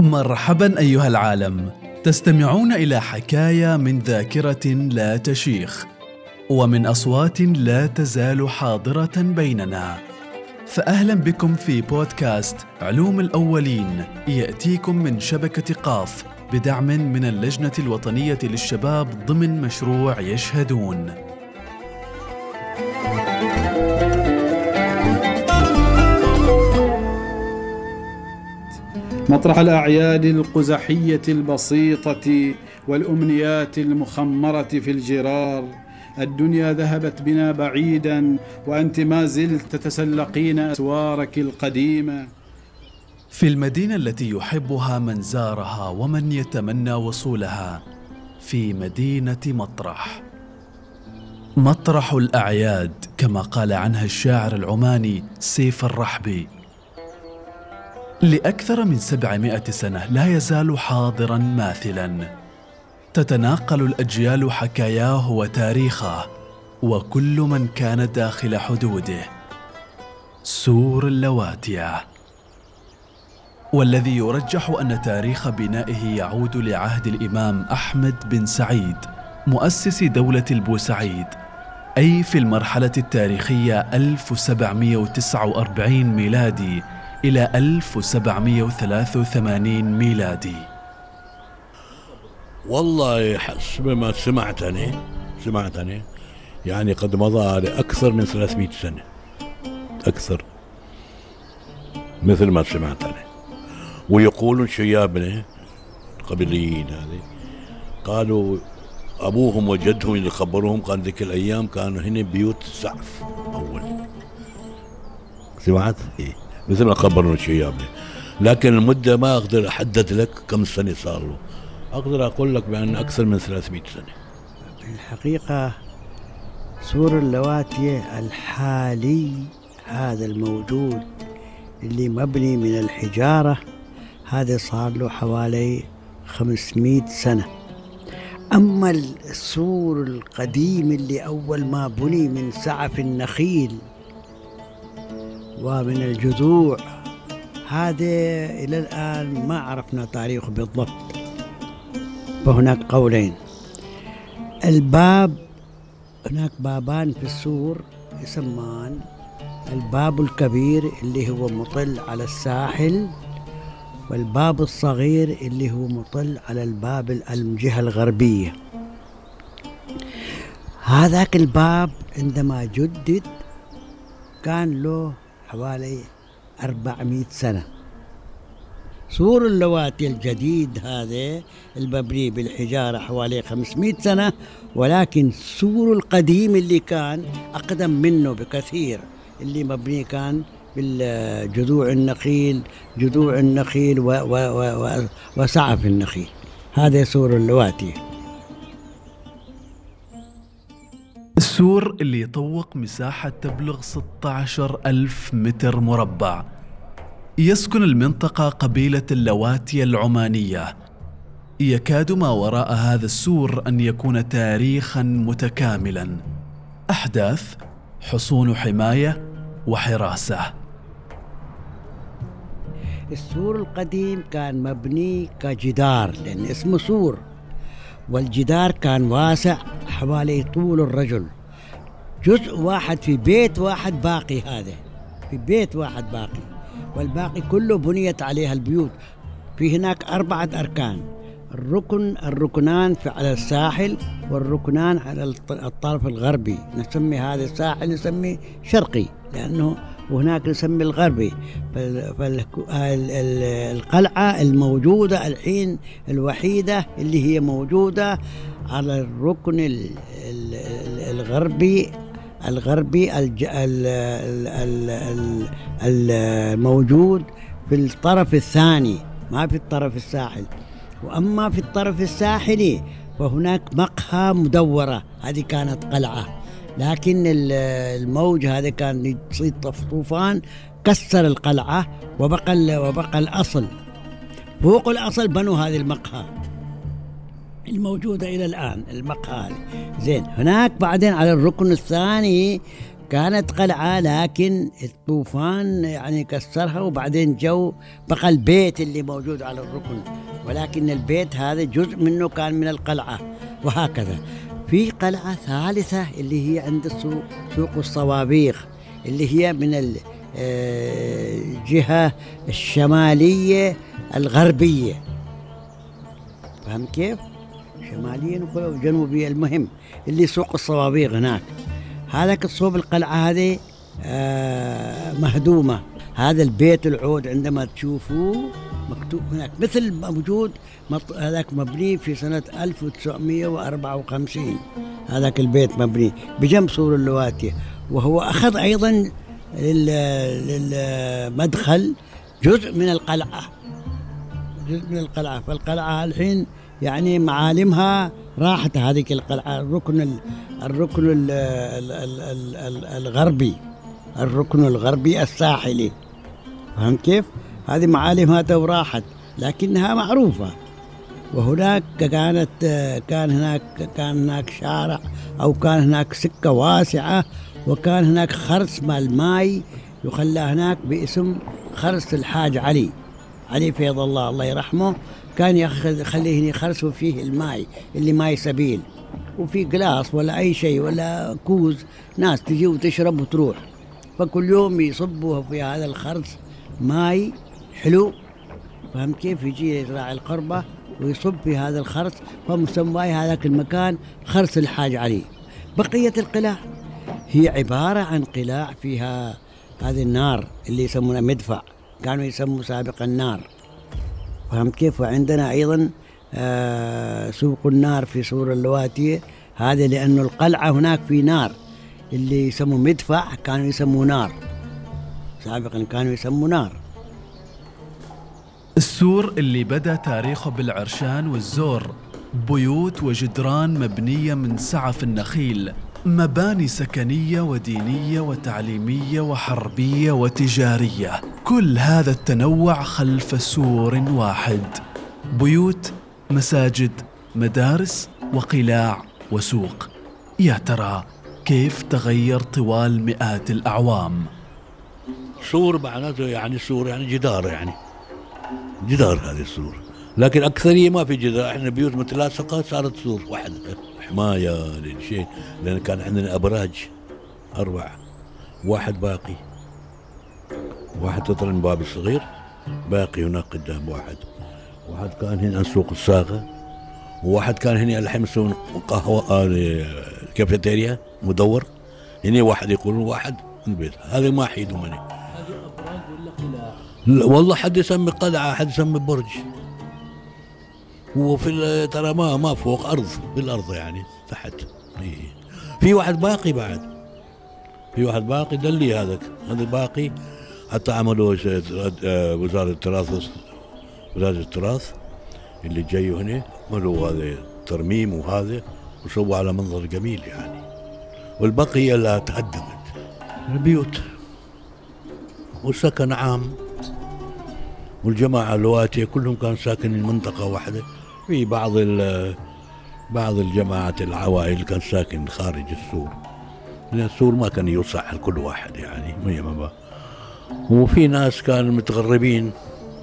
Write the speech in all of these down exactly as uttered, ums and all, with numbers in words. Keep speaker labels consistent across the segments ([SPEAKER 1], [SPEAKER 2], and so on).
[SPEAKER 1] مرحبا أيها العالم، تستمعون إلى حكاية من ذاكرة لا تشيخ ومن أصوات لا تزال حاضرة بيننا. فأهلا بكم في بودكاست علوم الأولين، يأتيكم من شبكة قاف بدعم من اللجنة الوطنية للشباب ضمن مشروع يشهدون.
[SPEAKER 2] مطرح الأعياد القزحية البسيطة والأمنيات المخمرة في الجرار، الدنيا ذهبت بنا بعيدا وأنت ما زلت تتسلقين أسوارك القديمة.
[SPEAKER 1] في المدينة التي يحبها من زارها ومن يتمنى وصولها، في مدينة مطرح. مطرح الأعياد كما قال عنها الشاعر العماني سيف الرحبي. لأكثر من سبعمائة سنة لا يزال حاضراً ماثلاً، تتناقل الأجيال حكاياه وتاريخه، وكل من كان داخل حدوده. سور اللواتية، والذي يرجح أن تاريخ بنائه يعود لعهد الإمام أحمد بن سعيد مؤسس دولة البوسعيد، أي في المرحلة التاريخية ألف وسبعمائة وتسعة وأربعين ميلادي إلى ألف وسبعمائة وثلاثة وثمانين ميلادي.
[SPEAKER 3] والله حسب ما سمعتني سمعتني يعني قد مضى لأكثر من ثلاثمائة سنة، أكثر مثل ما سمعتني. ويقولون شيابنا القبليين هذه قالوا أبوهم وجدهم اللي خبروهم قال ذيك الأيام كانوا هنا بيوت سعف أول. سمعت؟ إيه مثل ما خبرنا شيابنا، لكن المدة ما أقدر أحدد لك كم سنة صار له. أقدر أقول لك بأن أكثر من ثلاثمائة سنة.
[SPEAKER 4] الحقيقة سور اللواتية الحالي هذا الموجود اللي مبني من الحجارة هذا صار له حوالي خمسمائة سنة. أما السور القديم اللي أول ما بني من سعف النخيل ومن الجذوع هذا إلى الآن ما عرفنا تاريخه بالضبط. فهناك قولين. الباب، هناك بابان في السور يسمان الباب الكبير اللي هو مطل على الساحل، والباب الصغير اللي هو مطل على الباب الجهة الغربية. هذاك الباب عندما جدد كان له حوالي أربعمائة سنة. سور اللواتي الجديد هذا المبني بالحجارة حوالي خمسمائة سنة، ولكن السور القديم اللي كان أقدم منه بكثير، اللي مبني كان بالجذوع النخيل جذوع النخيل و و و وسعف النخيل. هذا سور اللواتي.
[SPEAKER 1] السور اللي يطوق مساحة تبلغ ستة عشر ألف متر مربع. يسكن المنطقة قبيلة اللواتية العمانية. يكاد ما وراء هذا السور أن يكون تاريخاً متكاملاً، أحداث، حصون حماية وحراسة.
[SPEAKER 4] السور القديم كان مبني كجدار لأن اسمه سور، والجدار كان واسع حوالي طول الرجل. جزء واحد في بيت واحد باقي، هذا في بيت واحد باقي، والباقي كله بنيت عليها البيوت. في هناك أربعة أركان، الركن الركنان على الساحل والركنان على الطرف الغربي. نسمي هذا الساحل نسمي شرقي لأنه وهناك نسمي الغربي. فالقلعة الموجودة الحين الوحيدة اللي هي موجودة على الركن الغربي الغربي الموجود في الطرف الثاني، ما في الطرف الساحل. وأما في الطرف الساحلي فهناك مقهى مدورة، هذه كانت قلعة، لكن الموج هذا كان يصيد طوفان كسر القلعة وبقى وبقى الأصل. فوق الأصل بنوا هذه المقهى الموجودة إلى الآن، المقهى زين. هناك بعدين على الركن الثاني كانت قلعة لكن الطوفان يعني كسرها، وبعدين جو بقى البيت اللي موجود على الركن، ولكن البيت هذا جزء منه كان من القلعة. وهكذا في قلعة ثالثة اللي هي عند السوق، سوق الصوابيغ، اللي هي من الجهة الشمالية الغربية. فهم كيف؟ شماليا وجنوبيا، المهم اللي سوق الصوابيغ هناك. هذاك الصوب القلعة هذه مهدومة. هذا البيت العود عندما تشوفوه مكتوب هناك مثل موجود، هذاك مبني في سنة ألف وتسعمائة وأربعة وخمسين. هذاك البيت مبني بجنب سور اللواتية، وهو أخذ أيضا للمدخل جزء من القلعة، جزء من القلعة. فالقلعة الحين يعني معالمها راحت. هذه القلعة الركن ال الركن ال ال ال ال ال الغربي، الركن الغربي الساحلي. فهم كيف؟ هذه معالمها تو راحت لكنها معروفة. وهناك كانت كان هناك كان هناك شارع أو كان هناك سكة واسعة، وكان هناك خرس مال الماي يخلى هناك باسم خرس الحاج علي علي فيض الله الله يرحمه. كان ياخذ يخليه يخرسوا فيه الماء اللي ماي سبيل، وفي قلاص ولا أي شيء ولا كوز، ناس تجي وتشرب وتروح. فكل يوم يصبوا في هذا الخرس ماي حلو. فهم كيف؟ يجي راعي القربة ويصب في هذا الخرس، فمسمى هذاك المكان خرس الحاج علي. بقية القلاع هي عبارة عن قلاع فيها هذه النار اللي يسمونها مدفع، كانوا يسموا سابقا النار. فهم كيف؟ وعندنا أيضا آه سوق النار في سور اللواتية، هذا لأنه القلعة هناك في نار، اللي يسموا مدفع كانوا يسموا نار، سابقا كانوا يسموا نار.
[SPEAKER 1] السور اللي بدأ تاريخه بالعرشان والزور، بيوت وجدران مبنية من سعف النخيل، مباني سكنية ودينية وتعليمية وحربية وتجارية، كل هذا التنوع خلف سور واحد. بيوت، مساجد، مدارس وقلاع وسوق. يا ترى كيف تغير طوال مئات الأعوام؟
[SPEAKER 3] سور معناته يعني سور يعني جدار، يعني جدار هذه السور، لكن أكثرية ما في جدار. احنا بيوت متلاصقة صارت سور واحدة، حماية للشيء، لأن كان عندنا أبراج أربع، واحد باقي، واحد تطلع من باب الصغير باقي هناك قدام، واحد واحد كان هنا سوق الصاغة، وواحد كان هنا الحين يسوون قهوة كافيتيريا مدور، هنا واحد يقولون واحد من البيت. هذا ما حيدوا مني. هذه أبراج ولا قلاع؟ والله حد يسمي قلعة، حد يسمي برج، وفي ترى ما ما فوق أرض، بالأرض يعني تحت. في واحد باقي بعد، في واحد باقي دلي هذاك، هذا باقي حتى عملوا وزارة التراث، وزارة التراث اللي جاي هنا عملوا هذا ترميم وهذا، وسووا على منظر جميل يعني. والبقية لا تهدمت، البيوت والسكن عام، والجماعة اللواتية كلهم كانوا ساكنين منطقة واحدة. في بعض بعض الجماعات العوائل كان ساكن خارج السور، لأن السور ما كان يوسع لكل واحد يعني مية ما. وفي ناس كانوا متغربين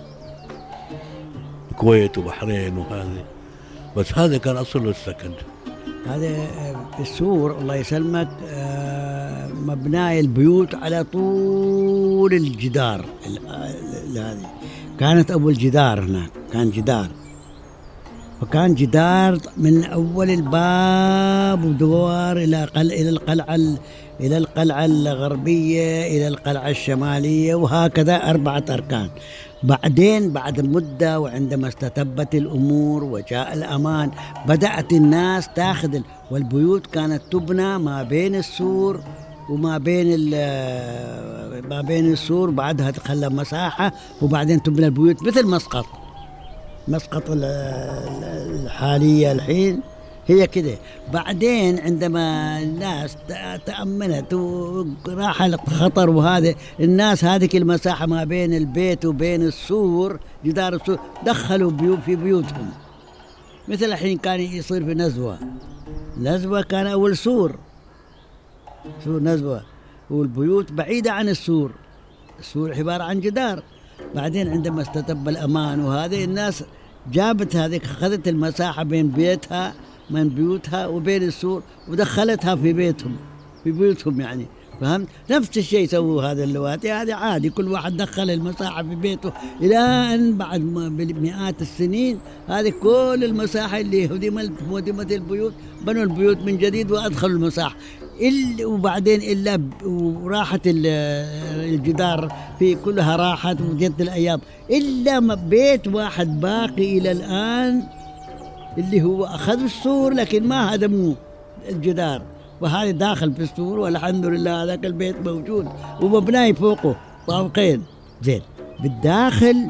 [SPEAKER 3] الكويت وبحرين وهذه، بس هذا كان أصله السكن.
[SPEAKER 4] هذا السور الله يسلمك مبناي البيوت على طول الجدار. هذه كانت أول جدار هناك، كان جدار، وكان جدار من أول الباب ودوار إلى قل إلى القلعة إلى القلعة الغربية إلى القلعة الشمالية، وهكذا أربعة أركان. بعدين بعد مدة وعندما استتبت الأمور وجاء الأمان، بدأت الناس تأخذ، والبيوت كانت تبنى ما بين السور وما بين ما بين السور، بعدها تخلى مساحة، وبعدين تبنى البيوت مثل مسقط مسقط الحالية الحين هي كده. بعدين عندما الناس تأمنت وراح الخطر وهذا، الناس هذه المساحة ما بين البيت وبين السور، جدار السور، دخلوا بيوت في بيوتهم. مثل الحين كان يصير في نزوة، نزوة كان أول سور، سور نزوة، والبيوت بعيدة عن السور. السور عبارة عن جدار. بعدين عندما استتب الأمان وهذه الناس جابت هذه، أخذت المساحة بين بيتها من بيوتها وبين السور ودخلتها في بيتهم في بيوتهم يعني، فهمت؟ نفس الشيء سووا هذا اللواتي، هذا عادي، كل واحد دخل المساحة في بيته إلى أن بعد مئات السنين هذه كل المساحة اللي هدمت هدمت البيوت بنوا البيوت من جديد وأدخلوا المساحة. إلا وبعدين إلا وراحت الجدار في كلها راحت وجت الأيام، إلا بيت واحد باقي إلى الآن اللي هو أخذ السور لكن ما هدموه الجدار، وهذا داخل في السور والحمد لله هذاك البيت موجود ومبناي فوقه طابقين. زين بالداخل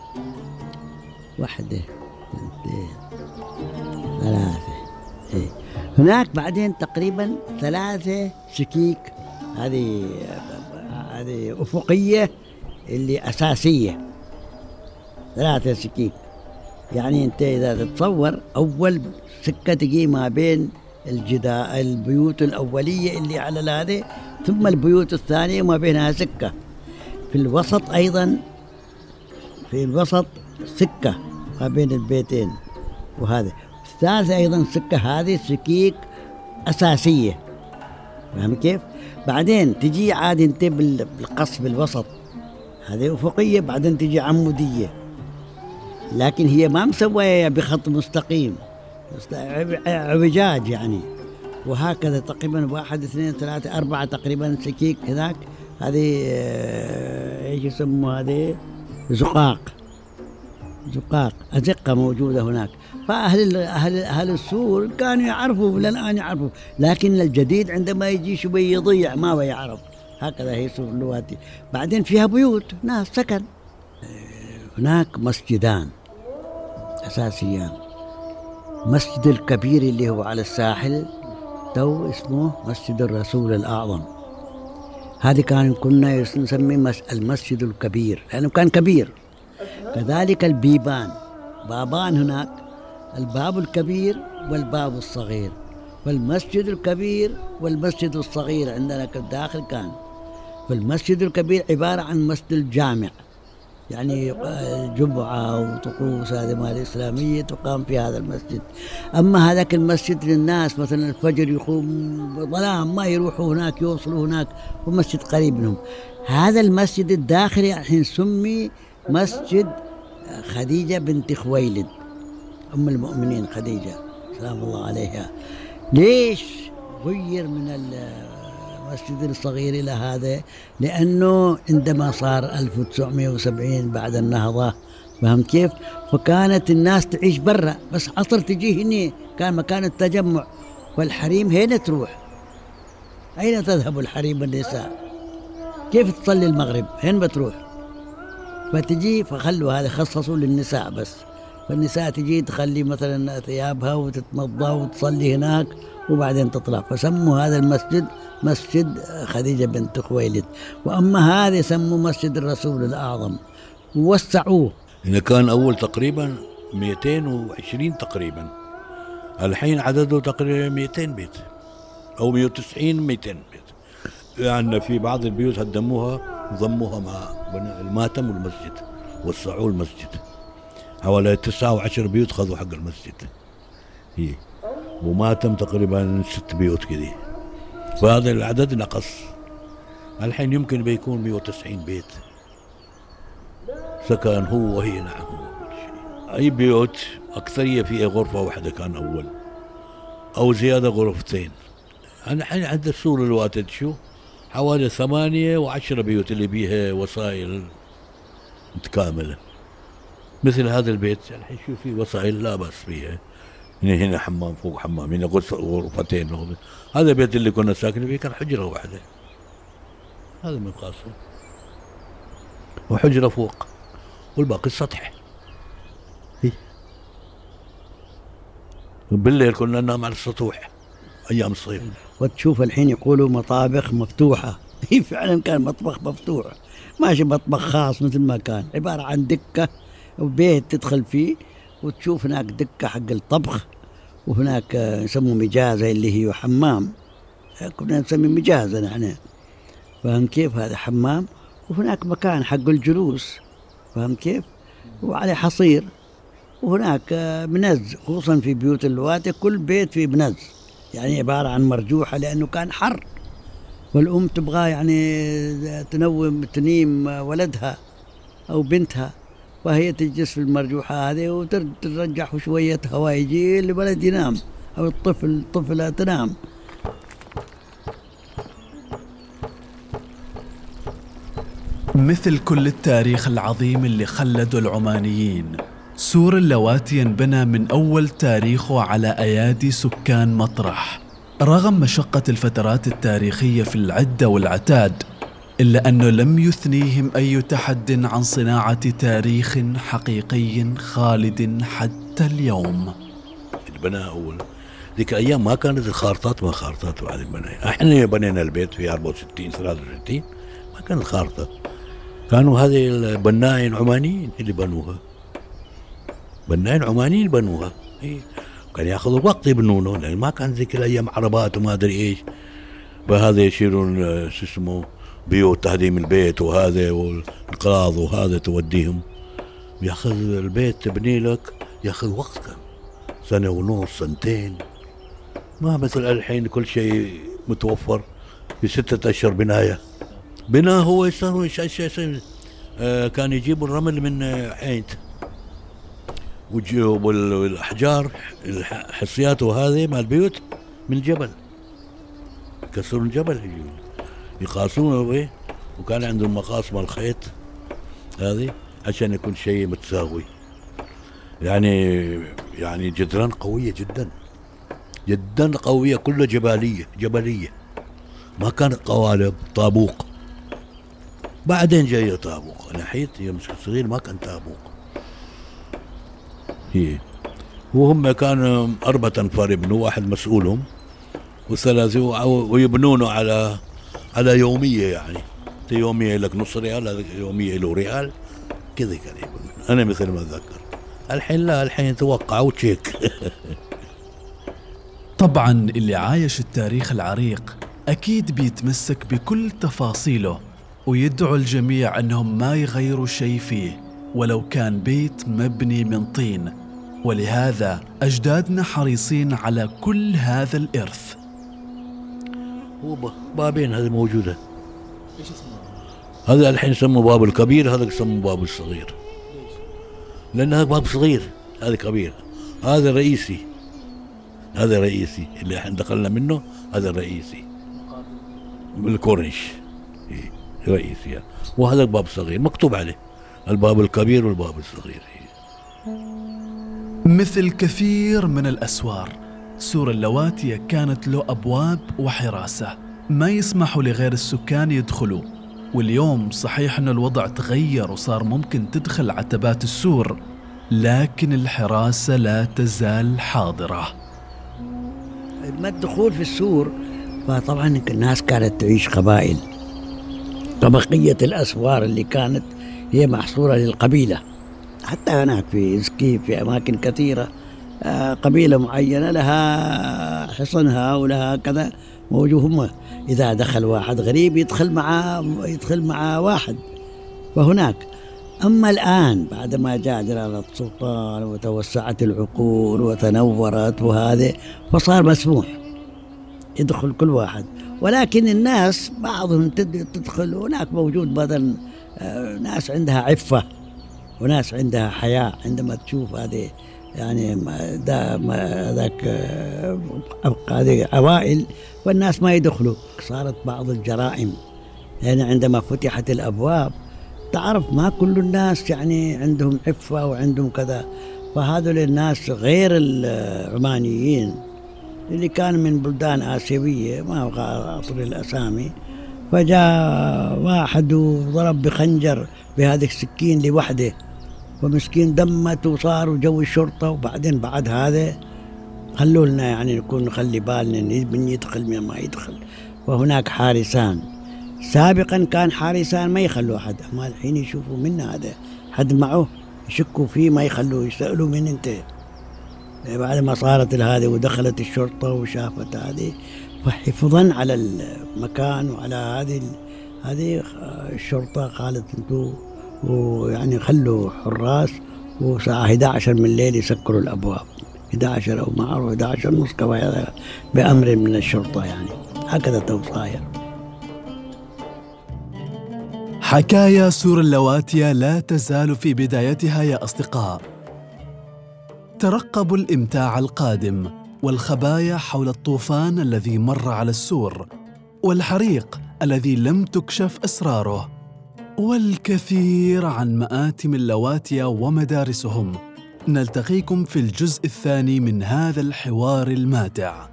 [SPEAKER 4] واحدة اثنين ثلاثة إيه. هناك بعدين تقريبا ثلاثة شكيك، هذه هذه أفقية اللي أساسية، ثلاثة شكيك. يعني أنت إذا تتصور أول سكة تجي ما بين الجدار البيوت الأولية اللي على هذه، ثم البيوت الثانية ما بينها سكة، في الوسط أيضا في الوسط سكة ما بين البيتين، وهذا الثالثة أيضا سكة، هذه سكيك أساسية، فهم كيف؟ بعدين تجي عاد انت بالقص بالوسط، هذه أفقية، بعدين تجي عمودية، لكن هي ما مسوية بخط مستقيم، عوجاج يعني، وهكذا تقريبا واحد اثنين ثلاثة أربعة تقريبا سكيك هناك. هذه ايش يسموها هذه؟ زقاق زقاق أزقة موجودة هناك. فأهل أهل أهل السور كانوا يعرفوا للآن يعرفوا، لكن الجديد عندما يجي شوي يضيع ما هو يعرف. هكذا هي سور اللواتي. بعدين فيها بيوت ناس سكن. هناك مسجدان أساسيان، مسجد الكبير اللي هو على الساحل تو اسمه مسجد الرسول الأعظم، هذه كان كنا نسميه المسجد الكبير لأنه كان كبير. كذلك البيبان، بابان هناك، الباب الكبير والباب الصغير، والمسجد الكبير والمسجد الصغير عندنا كالداخل كان. فالمسجد الكبير عبارة عن مسجد الجامع، يعني جمعة وطقوس هذه مال إسلامية تقام في هذا المسجد. أما هذاك المسجد للناس مثلا الفجر يقوم ظلام ما يروحوا هناك يوصلوا هناك، ومسجد قريب منهم. هذا المسجد الداخلي الحين سمي مسجد خديجة بنت خويلد أم المؤمنين خديجة سلام الله عليها. ليش غير من المسجد الصغير إلى هذا؟ لأنه عندما صار ألف وتسعمائة وسبعين بعد النهضة، فهمت كيف؟ فكانت الناس تعيش برا، بس عصر تجي هنا كان مكان التجمع، والحريم هنا تروح. أين تذهب الحريم النساء؟ كيف تصلي المغرب؟ هين بتروح؟ فتجي فخلوا هذا خصصوا للنساء بس، فالنساء تجي تخلي مثلا ثيابها وتتمضى وتصلي هناك وبعدين تطلع، فسموا هذا المسجد مسجد خديجة بنت خويلد. وأما هذا سموا مسجد الرسول الأعظم ووسعوه.
[SPEAKER 3] إذا كان أول تقريبا مئتين وعشرين تقريبا، الحين عدده تقريبا مئتين بيت أو مئة وتسعين مئتين بيت، يعني في بعض البيوت هدموها وضموها مع الماتم والمسجد، وسعوا المسجد حوالي تسعة وعشر بيوت خذوا حق المسجد هي، وماتم تقريبا ست بيوت كذي، فهذا العدد نقص. الحين يمكن بيكون مئة وتسعين بيت سكن هو وهي. نعم أي بيوت أكثرية فيها غرفة واحدة كان أول أو زيادة غرفتين. الحين عند السور الوقت شو حوالي ثمانية وعشرة بيوت اللي بيها وسائل متكاملة. مثل هذا البيت الحين شو فيه وسائل لا بأس فيها، هنا هنا حمام فوق حمام، هنا غرفتين. هذا البيت اللي كنا ساكنين فيه كان حجرة واحدة، هذا من خاصه، وحجرة فوق والباقي السطح. بالليل كنا ننام على السطوح أيام الصيف.
[SPEAKER 4] وتشوف الحين يقولوا مطابخ مفتوحة، هي فعلا كان مطبخ مفتوح، ماشي مطبخ خاص مثل ما كان، عبارة عن دكة وبيت تدخل فيه وتشوف هناك دكة حق الطبخ، وهناك يسموا مجازة اللي هي حمام، كنا نسمي مجازة نحن، فهم كيف؟ هذا حمام، وهناك مكان حق الجلوس، فهم كيف؟ وعليه حصير، وهناك منز، خصوصا في بيوت اللواتي كل بيت فيه منز، يعني عبارة عن مرجوحة لأنه كان حر، والأم تبغى يعني تنوم تنيم ولدها أو بنتها، فهي تجلس في المرجوحة هذه وترجح شوية هواء يجي الولد ينام أو الطفل الطفلة تنام.
[SPEAKER 1] مثل كل التاريخ العظيم اللي خلده العمانيين، سور اللواتي انبنى من أول تاريخه على أيادي سكان مطرح، رغم مشقة الفترات التاريخية في العدة والعتاد، إلا أنه لم يثنيهم أي تحد عن صناعة تاريخ حقيقي خالد حتى اليوم.
[SPEAKER 3] البناء أول ذيك أيام ما كانت الخارطات ما خارطات بعد البناء. احنا بنينا البيت في أربعة وستين ثلاثة وستين ما كانت خارطة، كانوا هذه البنائين عمانيين اللي بنوها، بنائين عمانيين بنوها. إيه. كان ياخذوا وقت يبنونه لأن ما كان ذيك الأيام عربات وما أدري إيش، بهذا يشيلون شو اسمه بيوت تهديم البيت وهذا والقراض وهذا توديهم، ياخذ البيت تبني لك ياخذ وقت كم سنة ونص سنتين، ما مثل الحين كل شيء متوفر في ستة أشهر بناية. بناء هو يسوي شيء آه كان يجيبوا الرمل من عينت والأحجار الحصيات وهذه مع البيوت من الجبل، يكسرون الجبل يجيبون يقاسونه به، وكان عندهم مقاس مال الخيط هذه عشان يكون شيء متساوي. يعني يعني جدران قوية جدا جدا قوية، كلها جبالية جبلية، ما كانت قوالب طابوق. بعدين جاي طابوق، انا حيت يوم صغير ما كان طابوق. هي وهم كانوا أربعة أنفار يبنوا، واحد مسؤولهم وثلاثة ويبنونه على على يومية، يعني يومية لك نص ريال، هذا يومية له ريال كذا كان يبنون. أنا مثل ما أتذكر. الحين لا، الحين توقعوا تشيك.
[SPEAKER 1] طبعا اللي عايش التاريخ العريق أكيد بيتمسك بكل تفاصيله، ويدعو الجميع أنهم ما يغيروا شيء فيه ولو كان بيت مبني من طين، ولهذا أجدادنا حريصين على كل هذا الإرث.
[SPEAKER 3] هو بابين هذه موجودة، ايش اسمه؟ هذا الحين يسموه باب الكبير، هذا يسموه باب الصغير. لأن هذا باب صغير، هذا كبير، هذا رئيسي، هذا رئيسي اللي احنا دخلنا منه، هذا رئيسي بالكورنيش رئيسي يعني. وهذا الباب صغير مكتوب عليه الباب الكبير والباب الصغير.
[SPEAKER 1] مثل كثير من الأسوار، سور اللواتي كانت له أبواب وحراسة ما يسمحوا لغير السكان يدخلوا. واليوم صحيح أن الوضع تغير وصار ممكن تدخل عتبات السور، لكن الحراسة لا تزال حاضرة.
[SPEAKER 4] ما الدخول في السور، فطبعا الناس كانت تعيش قبائل، طبقية الأسوار اللي كانت هي محصورة للقبيلة. حتى هناك في إزكي في أماكن كثيرة قبيلة معينة لها حصنها ولها كذا موجودهم. إذا دخل واحد غريب يدخل مع يدخل مع واحد. فهناك أما الآن بعد ما جاء جلالة السلطان وتوسعت العقول وتنورت وهذا، فصار مسموح يدخل كل واحد، ولكن الناس بعضهم تدخل. هناك موجود بدل ناس عندها عفة وناس عندها حياء، عندما تشوف هذه يعني ذاك هذه عوائل والناس ما يدخلوا. صارت بعض الجرائم يعني عندما فتحت الأبواب، تعرف ما كل الناس يعني عندهم عفة وعندهم كذا. فهذول الناس غير العمانيين اللي كان من بلدان آسيوية، ما أبغى أطول الأسامي، فجاء واحد وضرب بخنجر بهذه السكين لوحده، ومسكين دمت وصار جو الشرطة. وبعدين بعد هذا خلوا لنا يعني نكون نخلي بالنا من يدخل من ما يدخل. وهناك حارسان، سابقا كان حارسان ما يخلوا أحد، أما الحين يشوفوا منا هذا حد معه يشكوا فيه ما يخلوا، يسألوا من انت. بعد ما صارت هذه ودخلت الشرطة وشافت هذه، فحفظا على المكان وعلى هذه هذه الشرطة قالت انتوا ويعني خلوا حراس، وساعة إحدى عشرة من الليل يسكروا الأبواب، إحدى عشرة أو ما أعرف إحدى عشرة نص كذا بأمر من الشرطة، يعني هكذا توصاير.
[SPEAKER 1] حكايا سور اللواتية لا تزال في بدايتها يا أصدقاء. ترقبوا الإمتاع القادم والخبايا حول الطوفان الذي مر على السور، والحريق الذي لم تكشف أسراره، والكثير عن مآتم اللواتية ومدارسهم. نلتقيكم في الجزء الثاني من هذا الحوار الماتع.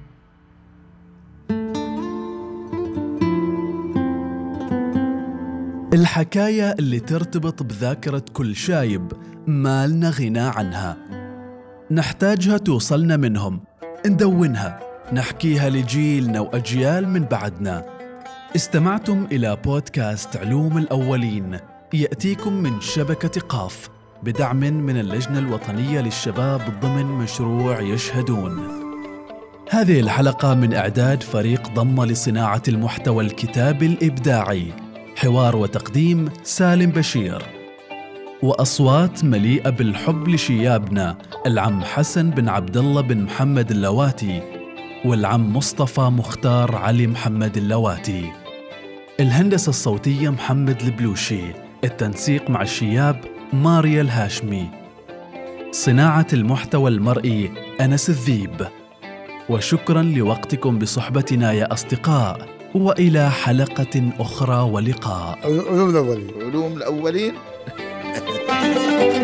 [SPEAKER 1] الحكاية اللي ترتبط بذاكرة كل شايب ما لنا غنى عنها، نحتاجها توصلنا منهم، ندونها، نحكيها لجيلنا وأجيال من بعدنا. استمعتم إلى بودكاست علوم الأولين، يأتيكم من شبكة قاف بدعم من اللجنة الوطنية للشباب ضمن مشروع يشهدون. هذه الحلقة من إعداد فريق ضم لصناعة المحتوى الكتابي الإبداعي، حوار وتقديم سالم بشير، وأصوات مليئة بالحب لشيابنا العم حسن بن عبد الله بن محمد اللواتي والعم مصطفى مختار علي محمد اللواتي. الهندسة الصوتية محمد البلوشي، التنسيق مع الشياب ماريا الهاشمي، صناعة المحتوى المرئي أنس الذيب. وشكرا لوقتكم بصحبتنا يا أصدقاء، وإلى حلقة أخرى ولقاء.
[SPEAKER 5] علوم الأولين. علوم الأولين.